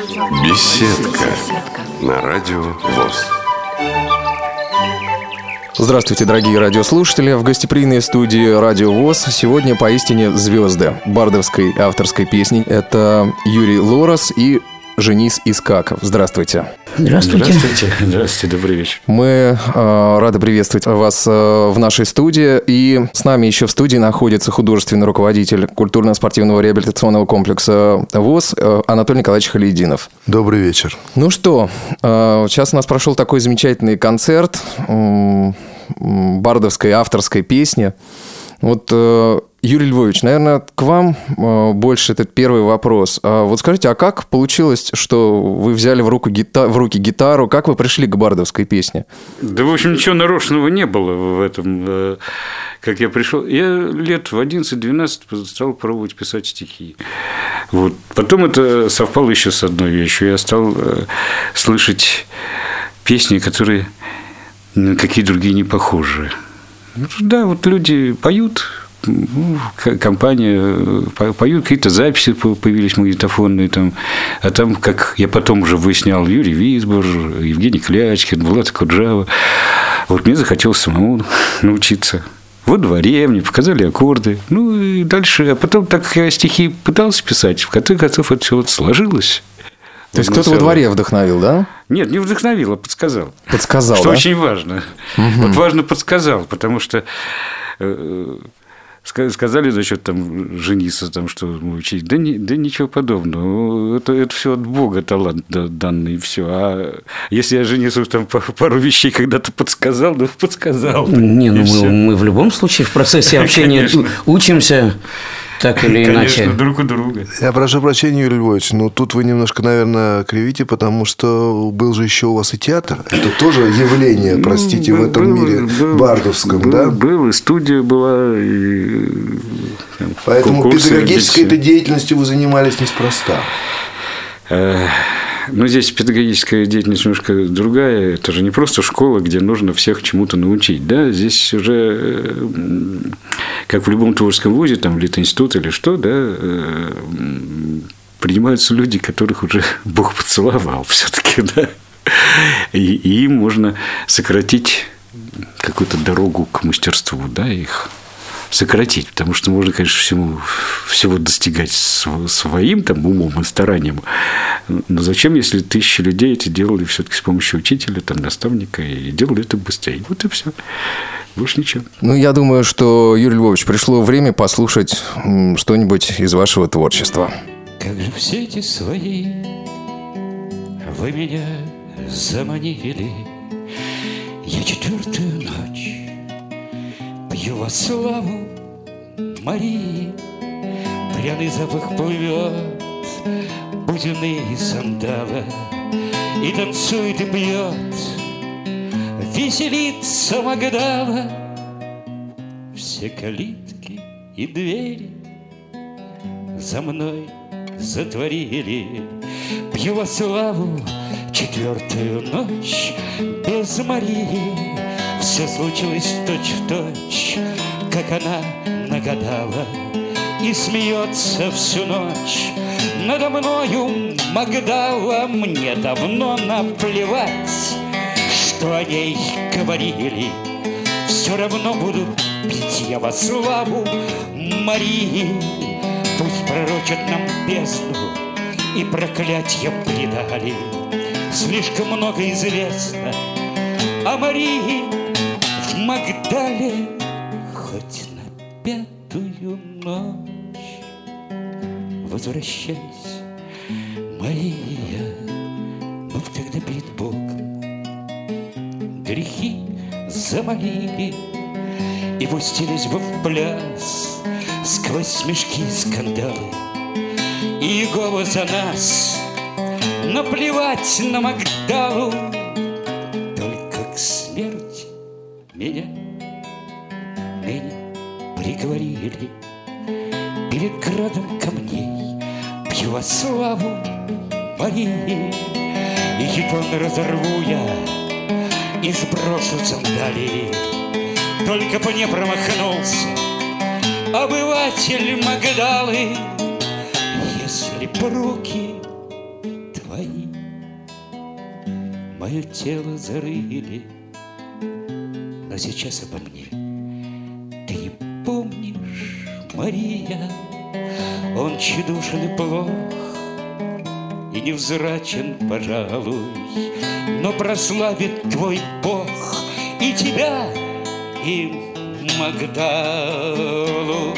Беседка на радио ВОС. Здравствуйте, дорогие радиослушатели. В гостеприимной студии Радио ВОС сегодня поистине звезды бардовской авторской песни. Это Юрий Лорос и Женис Искаков. Здравствуйте. Здравствуйте. Здравствуйте, добрый вечер. Мы рады приветствовать вас в нашей студии. И с нами еще в студии находится художественный руководитель культурно-спортивного реабилитационного комплекса ВОС Анатолий Николаевич Халиединов. Добрый вечер. Ну что, сейчас у нас прошел такой замечательный концерт бардовской авторской песни. Вот, Юрий Львович, наверное, к вам больше этот первый вопрос. Вот скажите, а как получилось, что вы взяли в руки гитару? Как вы пришли к бардовской песне? Да, в общем, ничего нарочного не было в этом. Как я пришел, я лет в 11-12 стал пробовать писать стихи. Вот. Потом это совпало еще с одной вещью. Я стал слышать песни, которые ни на какие другие не похожи. Да, вот люди поют, компания поют, какие-то записи появились магнитофонные там, а там, как я потом уже выяснял, Юрий Висбор, Евгений Клячкин, Булат Акуджава. Вот мне захотелось самому научиться. Во дворе мне показали аккорды, ну и дальше, а потом так я стихи пытался писать, в конце концов это все вот сложилось. То есть кто-то во дворе вдохновил, да? Нет, не вдохновил, а подсказал. Подсказал, что да? очень важно. Вот важно подсказал, потому что сказали насчет там Жениса, там, что учить. Да ничего подобного. Это все от Бога талант данный, и все. А если я Женису там пару вещей когда-то подсказал, ну подсказал. Не, ну мы в любом случае в процессе общения учимся. Так или иначе. Конечно, друг у друга. Я прошу прощения, Юрий Львович, но тут вы немножко, наверное, кривите, потому что был же еще у вас и театр. Это тоже явление, простите, в этом мире бардовском, да? Был, и студия была, и поэтому педагогической этой деятельностью вы занимались неспроста. Но здесь педагогическая деятельность немножко другая. Это же не просто школа, где нужно всех чему-то научить. Да? Здесь уже, как в любом творческом вузе, там, Литинститут или что, да, принимаются люди, которых уже Бог поцеловал все-таки. Да? И им можно сократить какую-то дорогу к мастерству, да, их сократить, потому что можно, конечно, всего достигать своим там умом и старанием, но зачем, если тысячи людей это делали все-таки с помощью учителя, там, наставника, и делали это быстрее. Вот и все. Больше ничего. Ну, я думаю, что, Юрий Львович, пришло время послушать что-нибудь из вашего творчества. Как же в сети свои вы меня заманили, я четвертую ночь пью во славу Марии, пряный запах плывет, буденные сандалы, и танцует, и пьет, веселится Магдала. Все калитки и двери за мной затворили, пью во славу четвертую ночь без Марии. Все случилось точь-в-точь, как она нагадала, и смеется всю ночь надо мною Магдала. Мне давно наплевать, что о ней говорили, все равно буду пить я во славу Марии. Пусть пророчат нам бездну и проклятья предали, слишком много известно о Марии в Магдале. Хоть на пятую ночь возвращайся, Мария. Вот когда перед Богом грехи замолили и пустились бы в пляс сквозь смешки и скандалы, и Иегова за нас, наплевать на Магдалу. Только к смерти меня ныне приговорили, перед градом камней пью во славу Марии. И хитон разорву я и сброшу сандалии, только бы не промахнулся обыватель Магдалы. Если б руки твои мое тело зарыли. Но сейчас обо мне ты не помнишь, Мария. Он тщедушен и плох, и невзрачен, пожалуй, но прославит твой Бог и тебя, и Магдалу.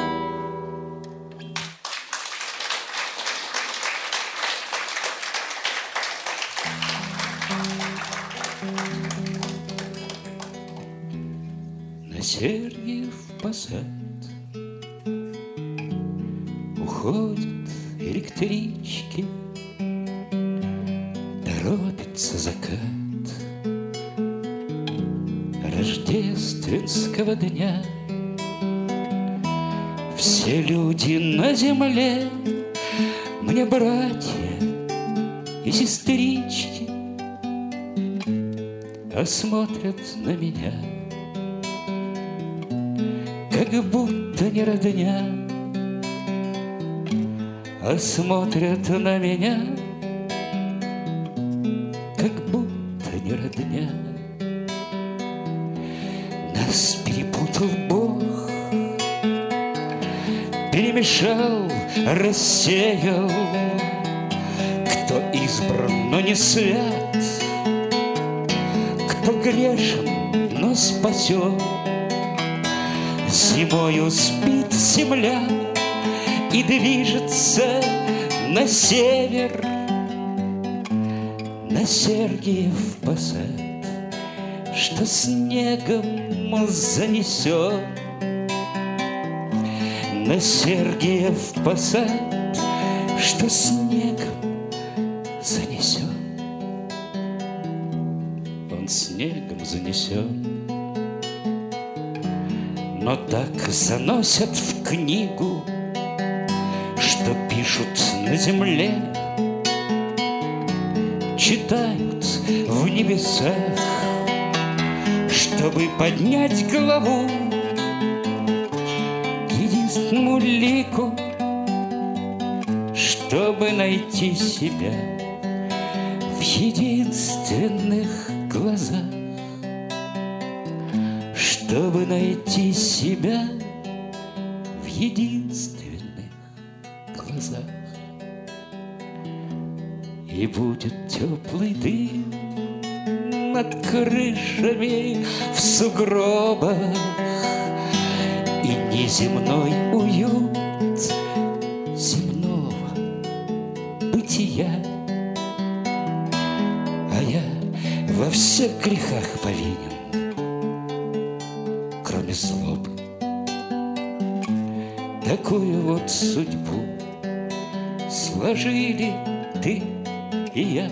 На Сергиев посад уходят электрички, торопится закат рождественского дня. Все люди на земле мне братья и сестрички, а смотрят на меня, как будто не родня, а смотрят на меня, как будто не родня. Нас перепутал Бог, перемешал, рассеял. Кто избран, но не свят, кто грешен, но спасен. Зимою спит земля и движется на север, на Сергиев посад, что снегом занесен. На Сергиев посад, что снегом занесен. Он снегом занесен, но так заносят в книгу, что пишут на земле, читают в небесах, чтобы поднять голову к единственному лику, чтобы найти себя в единственных глазах, чтобы найти себя в единственных глазах. И будет теплый дым над крышами в сугробах, и неземной уют земного бытия. А я во всех грехах повинен, кроме злобы. Такую вот судьбу сложили ты и я.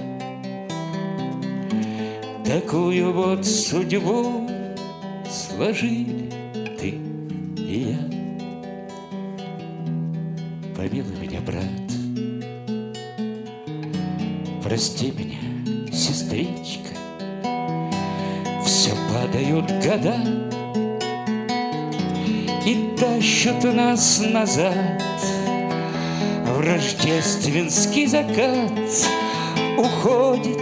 Такую вот судьбу сложили ты и я. Помилуй меня, брат, прости меня, сестричка. Все падают года и тащат нас назад в рождественский закат. Уходит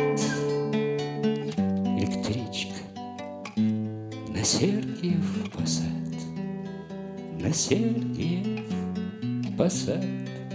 электричка на Сергиев посад, на Сергиев посад,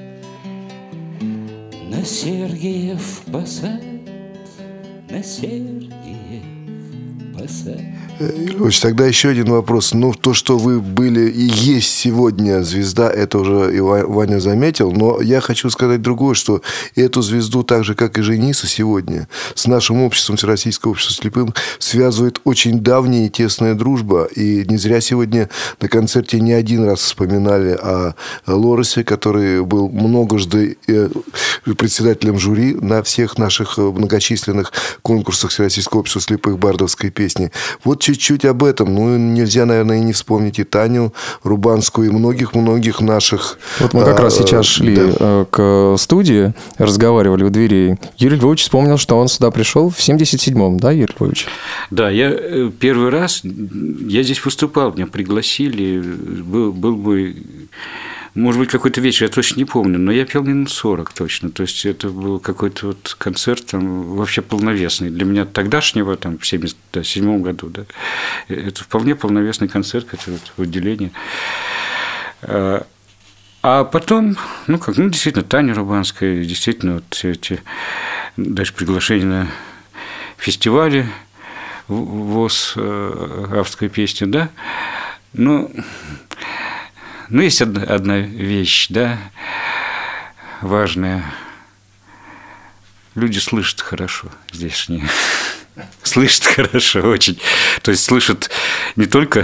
на Сергиев посад, на Сергиев посад. Юрий Львович, тогда еще один вопрос. Ну, то, что вы были и есть сегодня звезда, это уже и Ваня заметил, но я хочу сказать другое, что эту звезду, так же, как и Жениса сегодня, с нашим обществом, Всероссийское общество слепым, связывает очень давняя и тесная дружба. И не зря сегодня на концерте не один раз вспоминали о Лоросе, который был многожды председателем жюри на всех наших многочисленных конкурсах Всероссийского общества слепых бардовской песни. Вот чуть-чуть об этом. Ну, нельзя, наверное, и не вспомнить и Таню Рубанскую, и многих-многих наших... Вот мы как раз сейчас шли к студии, разговаривали у дверей. Юрий Львович вспомнил, что он сюда пришел в 77-м, да, Юрий Львович? Да, я первый раз, я здесь выступал, меня пригласили, был мой может быть, какой-то вечер, я точно не помню, но я пел минут 40 точно. То есть это был какой-то вот концерт там, вообще полновесный. Для меня тогдашнего, там, в 1977 году, да, это вполне полновесный концерт, который вот в отделении. А потом, действительно, Таня Рубанская, действительно, вот все эти дальше приглашения на фестивали ВОС авторской песни, да. Ну, есть одна вещь, да, важная. Люди слышат хорошо здешние. Слышат хорошо очень. То есть слышат не только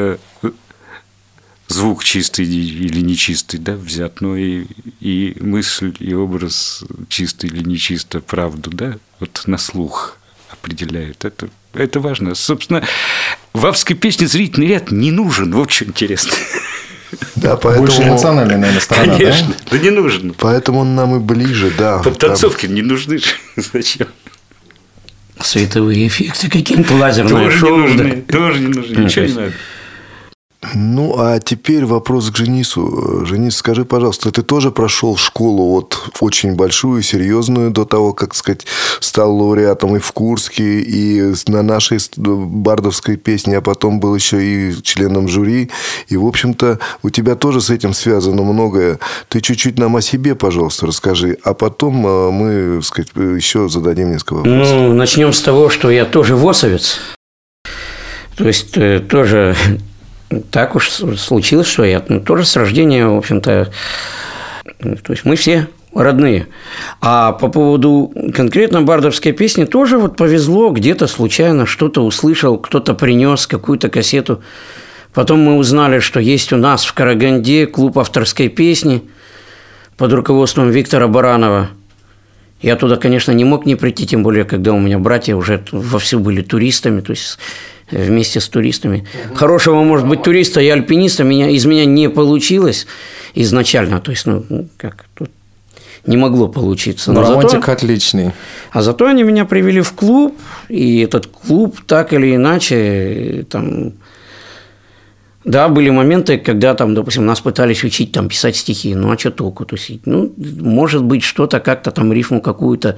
звук чистый или нечистый, да, взят, но и мысль, и образ чистый или нечисто, правду, да, вот на слух определяют. Это важно. Собственно, в авторской песне зрительный ряд не нужен. Вот что интересно. Да, поэтому... Больше эмоциональная, наверное, сторона, конечно, да не нужен. Поэтому он нам и ближе, да. Подтанцовки не нужны же. Зачем? Световые эффекты какие-то, лазерное шоу. Тоже не нужны. Ничего не надо. Ну, а теперь вопрос к Женису. Женис, скажи, пожалуйста, ты тоже прошел школу вот очень большую, серьезную до того, как сказать, стал лауреатом и в Курске, и на нашей бардовской песне, а потом был еще и членом жюри. И, в общем-то, у тебя тоже с этим связано многое. Ты чуть-чуть нам о себе, пожалуйста, расскажи, а потом мы, так сказать, еще зададим несколько вопросов. Ну, начнем с того, что я тоже ВОСовец. То есть, тоже... Так уж случилось, что я тоже с рождения, в общем-то, то есть мы все родные. А по поводу конкретно бардовской песни тоже вот повезло, где-то случайно что-то услышал, кто-то принес какую-то кассету. Потом мы узнали, что есть у нас в Караганде клуб авторской песни под руководством Виктора Баранова. Я туда, конечно, не мог не прийти, тем более, когда у меня братья уже вовсю были туристами, то есть вместе с туристами. Хорошего, может быть, туриста и альпиниста из меня не получилось изначально, то есть, тут не могло получиться. Но романтик отличный. А зато они меня привели в клуб, и этот клуб так или иначе там... Да, были моменты, когда там, допустим, нас пытались учить там писать стихи, а что толку? То есть, может быть, что-то как-то там рифму какую-то.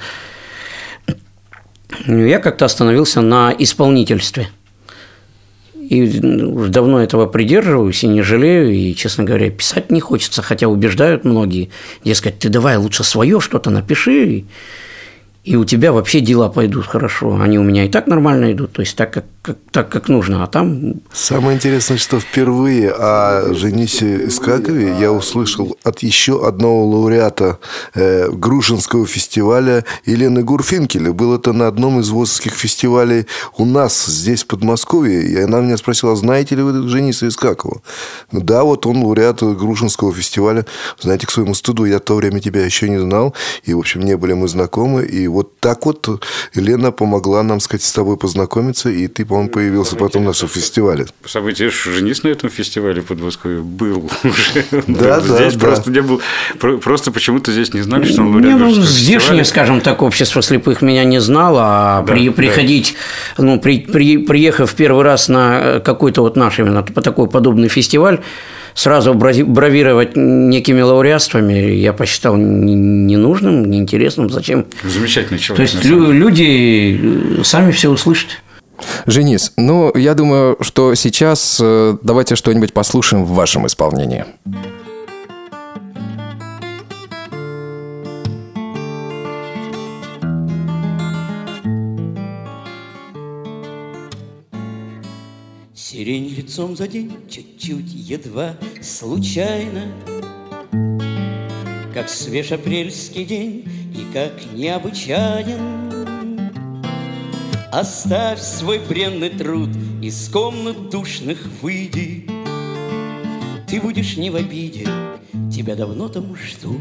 Я как-то остановился на исполнительстве. И уже давно этого придерживаюсь и не жалею, и, честно говоря, писать не хочется, хотя убеждают многие, дескать, ты давай лучше свое что-то напиши, и у тебя вообще дела пойдут хорошо. Они у меня и так нормально идут, то есть так, как нужно, а там... Самое интересное, что впервые о Женисе Искакове я услышал от еще одного лауреата Грушинского фестиваля Елены Гурфинкеля. Было это на одном из ВОСовских фестивалей у нас здесь, в Подмосковье. И она меня спросила, знаете ли вы Жениса Искакова? Да, вот он лауреат Грушинского фестиваля. Знаете, к своему стыду, я в то время тебя еще не знал. И, в общем, не были мы знакомы. И вот так вот Елена помогла нам, сказать, с тобой познакомиться, и ты, по-моему, появился потом на нашем фестивале. Событие, Женис на этом фестивале в Подмосковье был уже. Да, здесь просто не был. Просто почему-то здесь не знали, что он лауреат. Здешнее, скажем так, общество слепых меня не знало, а приходить, приехав первый раз на какой-то вот наш именно такой подобный фестиваль, сразу бравировать некими лауреатствами я посчитал ненужным, неинтересным. Зачем? Замечательный человек. То есть люди сами все услышат. Женис, я думаю, что сейчас давайте что-нибудь послушаем в вашем исполнении. Сирень лицом за день, чуть-чуть, едва, случайно, как свеж апрельский день и как необычайен. Оставь свой бренный труд, из комнат душных выйди. Ты будешь не в обиде, тебя давно там ждут.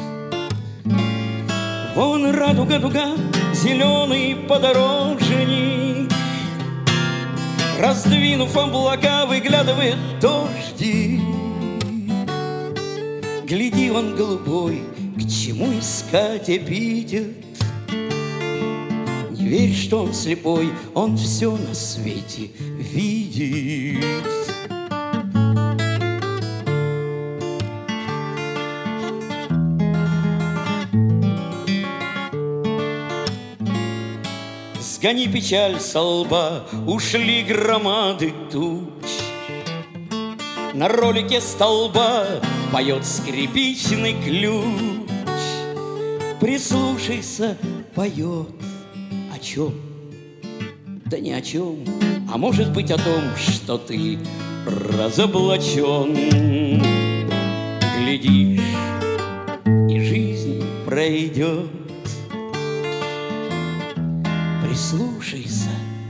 Вон радуга, дуга, зеленый подорожник, раздвинув облака, выглядывает дождик. Гляди, он голубой, к чему искать эпитет? Не верь, что он слепой, он все на свете видит. Сгони печаль со лба, ушли громады туч. На ролике столба поет скрипичный ключ. Прислушайся, поет. О чем? Да ни о чем. А может быть о том, что ты разоблачен. Глядишь, и жизнь пройдет. Прислушайся,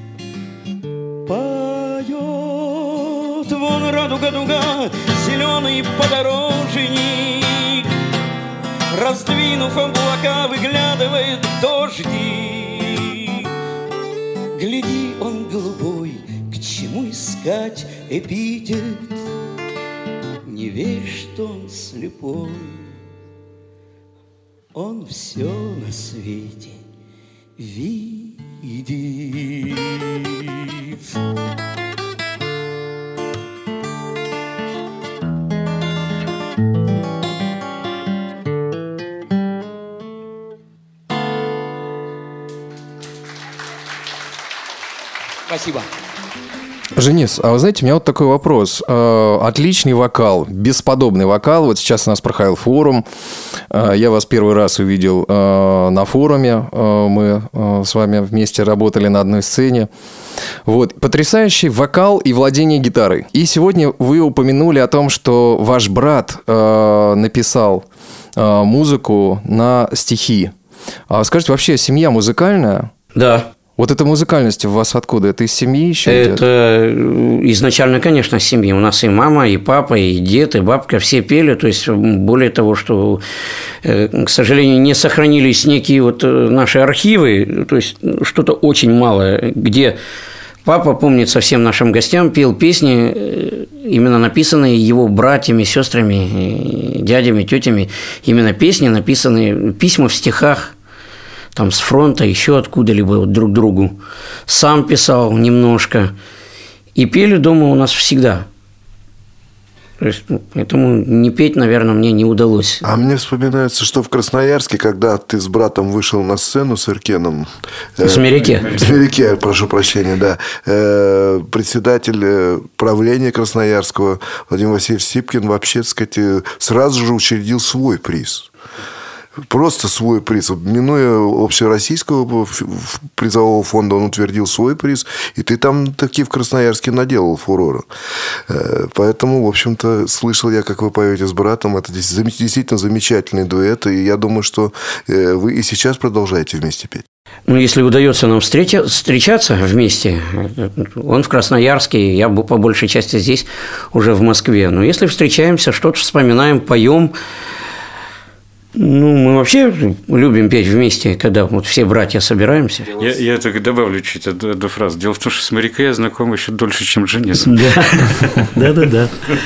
поет. Вон радуга-дуга, зеленый подорожник, раздвинув облака, выглядывает дождик. Гляди, он голубой, к чему искать эпитет? Не верь, что он слепой, он все на свете видит. Спасибо. Женис, а вы знаете, у меня вот такой вопрос. Отличный вокал, бесподобный вокал. Вот сейчас у нас проходил форум. Я вас первый раз увидел на форуме. Мы с вами вместе работали на одной сцене. Вот. Потрясающий вокал и владение гитарой. И сегодня вы упомянули о том, что ваш брат написал музыку на стихи. Скажите, вообще семья музыкальная? Да. Вот эта музыкальность у вас откуда? Это из семьи еще? Это изначально, конечно, из семьи. У нас и мама, и папа, и дед, и бабка все пели. То есть, более того, что, к сожалению, не сохранились некие вот наши архивы. То есть, что-то очень малое, где папа, помнится, всем нашим гостям пел песни, именно написанные его братьями, сестрами, дядями, тетями. Именно песни, написанные, письма в стихах. Там с фронта, еще откуда-либо вот друг другу. Сам писал немножко. И пели дома у нас всегда. То есть, поэтому не петь, наверное, мне не удалось. А мне вспоминается, что в Красноярске, когда ты с братом вышел на сцену с Эркеном... В Смиряке. В Смиряке, прошу прощения, да. Председатель правления Красноярского Владимир Васильевич Сипкин вообще, так сказать, сразу же учредил свой приз. Просто свой приз. Минуя общероссийского призового фонда, он утвердил свой приз. И ты там таки в Красноярске наделал фурора. Поэтому, в общем-то, слышал я, как вы поете с братом. Это действительно замечательный дуэт. И я думаю, что вы и сейчас продолжаете вместе петь. Ну, если удается нам встречаться вместе, он в Красноярске, я по большей части здесь, уже в Москве. Но если встречаемся, что-то вспоминаем, поем. Ну, мы вообще любим петь вместе, когда вот все братья собираемся. Я только добавлю чуть одну фразу. Дело в том, что с Смиряка я знаком еще дольше, чем Женис. Да.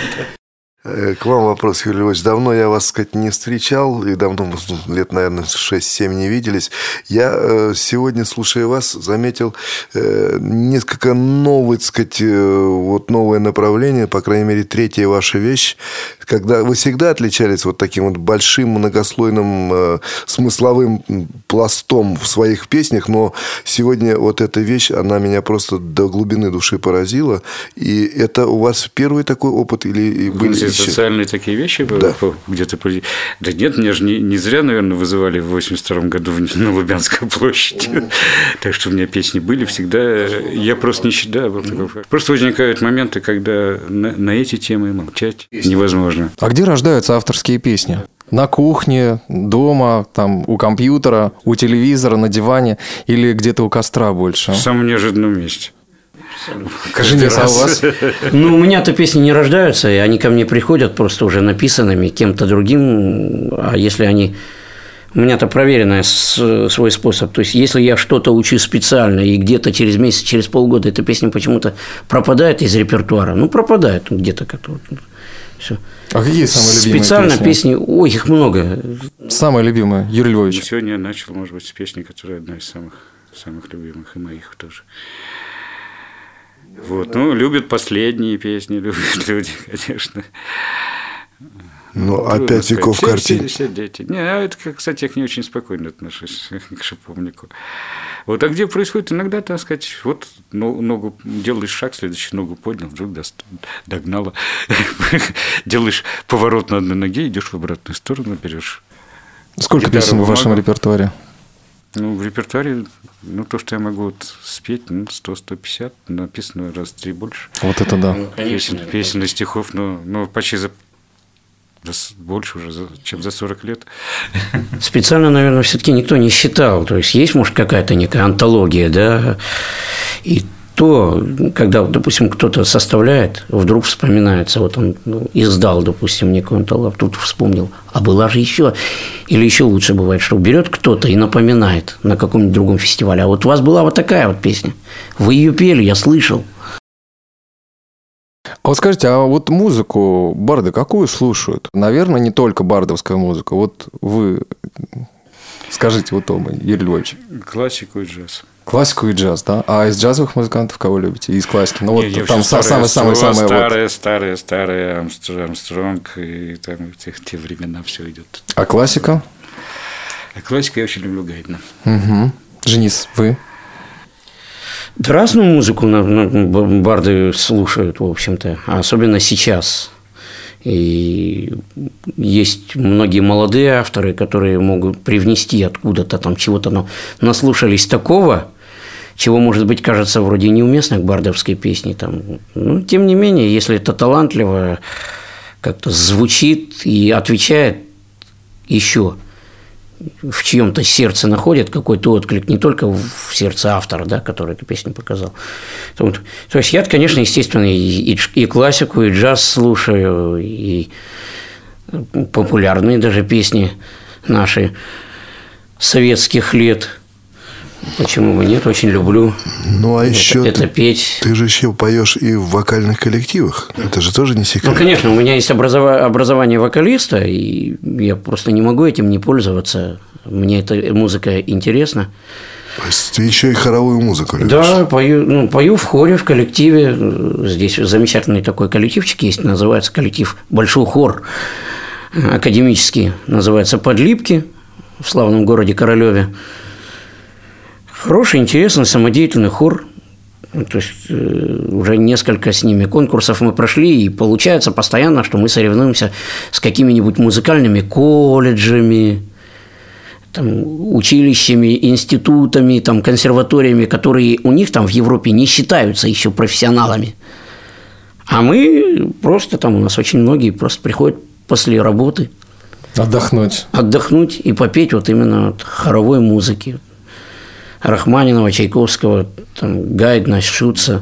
К вам вопрос, Юрий Львович. Давно я вас, так сказать, не встречал, и давно, лет, наверное, 6-7 не виделись. Я сегодня, слушая вас, заметил несколько новых, так сказать, вот новое направление, по крайней мере, третья ваша вещь, когда вы всегда отличались вот таким вот большим многослойным смысловым пластом в своих песнях, но сегодня вот эта вещь, она меня просто до глубины души поразила. И это у вас первый такой опыт или были социальные такие вещи да. Где-то... Да нет, меня же не зря, наверное, вызывали в 82-м году на Лубянской площади. Так что у меня песни были всегда. Я просто не считаю. Просто возникают моменты, когда на эти темы молчать невозможно. А где рождаются авторские песни? На кухне, дома, там, у компьютера, у телевизора, на диване или где-то у костра больше? В самом неожиданном месте. Каждый раз. У вас? Ну, у меня-то песни не рождаются, и они ко мне приходят просто уже написанными кем-то другим. А если они... У меня-то проверенный свой способ. То есть, если я что-то учу специально, и где-то через месяц, через полгода эта песня почему-то пропадает из репертуара, ну, пропадает где-то как-то. Вот. Все. А какие самые любимые специально песни? Ой, их много. Самая любимая, Юрий Львович. Сегодня я начал, может быть, с песни, которая одна из самых любимых, и моих тоже. Вот, ну, любят последние песни, любят люди, конечно. Ну, опять веков картин. Все дети. Не, это, кстати, я к ней очень спокойно отношусь, к шиповнику. Вот, а где происходит иногда, так сказать, вот ногу делаешь шаг, следующий ногу поднял, вдруг догнала. Делаешь поворот на одной ноге, идешь в обратную сторону, берешь. Сколько песен в вашем репертуаре? Ну, в репертуаре, то, что я могу вот спеть, 100-150, написано раз в 3 больше. Вот это да. Песен и стихов, почти больше уже, чем за 40 лет. Специально, наверное, все-таки никто не считал. То есть, может, какая-то некая антология, да, и то, когда, допустим, кто-то составляет, вдруг вспоминается, вот он издал, допустим, некую антологию, тут вспомнил, а была же еще, или еще лучше бывает, что берет кто-то и напоминает на каком-нибудь другом фестивале, а вот у вас была вот такая вот песня, вы ее пели, я слышал. А вот скажите, а вот музыку барды какую слушают? Наверное, не только бардовская музыка. Вот вы скажите, вот Тома, Юрий Львович. Классику и джаз. Классику и джаз, да? А из джазовых музыкантов кого любите? Из классики? Ну, вот там самые-самые... Старые, Армстронг, и там те времена все идет. А классика? А классика я очень люблю Гайдна. Угу. Женис, вы? Да разную музыку барды слушают, в общем-то, особенно сейчас. И есть многие молодые авторы, которые могут привнести откуда-то там чего-то, наслушались такого, чего, может быть, кажется вроде неуместно к бардовской песне. Но, тем не менее, если это талантливо, как-то звучит и отвечает еще в чьем-то сердце находит какой-то отклик, не только в сердце автора, да, который эту песню показал. То есть я, конечно, естественно, и классику, и джаз слушаю, и популярные даже песни наши советских лет. Почему бы нет? Очень люблю еще это петь. Ты же еще поешь и в вокальных коллективах. Это же тоже не секрет. Ну, конечно, у меня есть образование вокалиста, и я просто не могу этим не пользоваться. Мне эта музыка интересна. То есть ты еще и хоровую музыку любишь? Да, пою в хоре, в коллективе. Здесь замечательный такой коллективчик есть, называется коллектив «Большой хор», академический, называется «Подлипки» в славном городе Королеве. Хороший, интересный, самодеятельный хор. То есть уже несколько с ними конкурсов мы прошли, и получается постоянно, что мы соревнуемся с какими-нибудь музыкальными колледжами, училищами, институтами, консерваториями, которые у них в Европе не считаются еще профессионалами. А мы просто у нас очень многие просто приходят после работы отдохнуть и попеть вот именно хоровой музыки. Рахманинова, Чайковского, Гайдна, Шутца.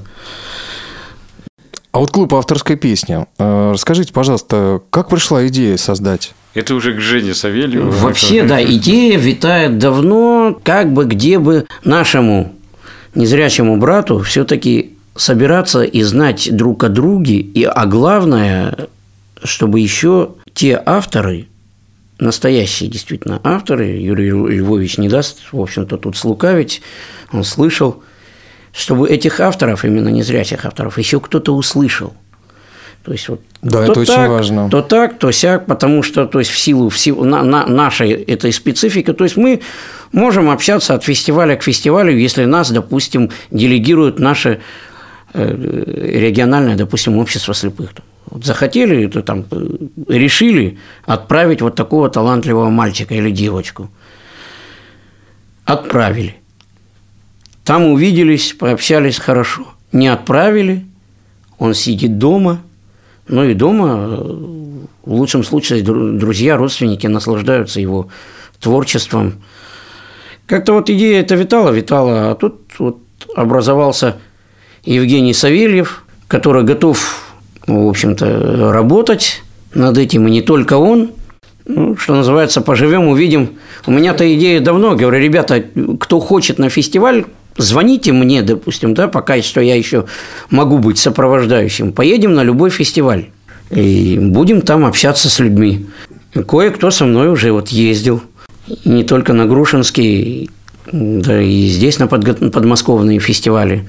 А вот клуб авторской песни. Расскажите, пожалуйста, как пришла идея создать? Это уже к Жене Савельеву. Вообще, да, идея витает давно, где бы нашему незрячему брату все-таки собираться и знать друг о друге, а главное, чтобы еще те авторы, настоящие действительно авторы, Юрий Львович не даст, в общем-то, тут слукавить, он слышал, чтобы этих авторов, именно незрячих авторов, еще кто-то услышал. То есть, да, это очень важно. То так, то сяк, потому что, то есть, в силу нашей этой специфики, то есть, мы можем общаться от фестиваля к фестивалю, если нас, допустим, делегирует наше региональное, допустим, общество слепых. Захотели, решили отправить вот такого талантливого мальчика или девочку. Отправили. Там увиделись, пообщались хорошо. Не отправили, он сидит дома. Ну и дома, в лучшем случае, друзья, родственники наслаждаются его творчеством. Как-то идея эта витала, а тут образовался Евгений Савельев, который готов, в общем-то, работать над этим, и не только он. Что называется, поживем, увидим. У меня-то идея давно. Говорю, ребята, кто хочет на фестиваль, звоните мне, допустим, пока что я еще могу быть сопровождающим. Поедем на любой фестиваль и будем там общаться с людьми. Кое-кто со мной уже ездил. И не только на Грушинский, да и здесь на подмосковные фестивали.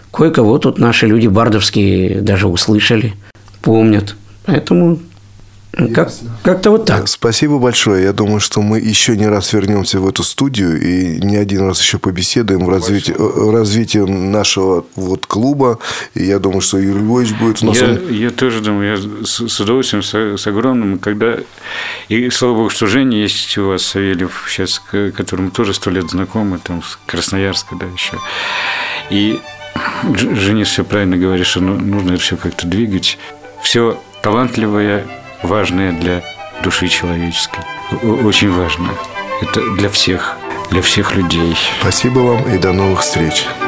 Кое-кого тут наши люди бардовские даже услышали, помнят. Поэтому Как-то вот так. Спасибо большое. Я думаю, что мы еще не раз вернемся в эту студию и не один раз еще побеседуем в развитии нашего вот клуба. И я думаю, что Юрий Львович будет у нас. Я тоже думаю, я с удовольствием, с огромным. И слава богу, что Женя есть у вас, Савельев, сейчас, которому тоже 100 лет знакомы, там, с Красноярска, да, еще. И Женя все правильно говорит, что нужно это все как-то двигать. Все талантливое, важное для души человеческой. Очень важно. Это для всех людей. Спасибо вам и до новых встреч.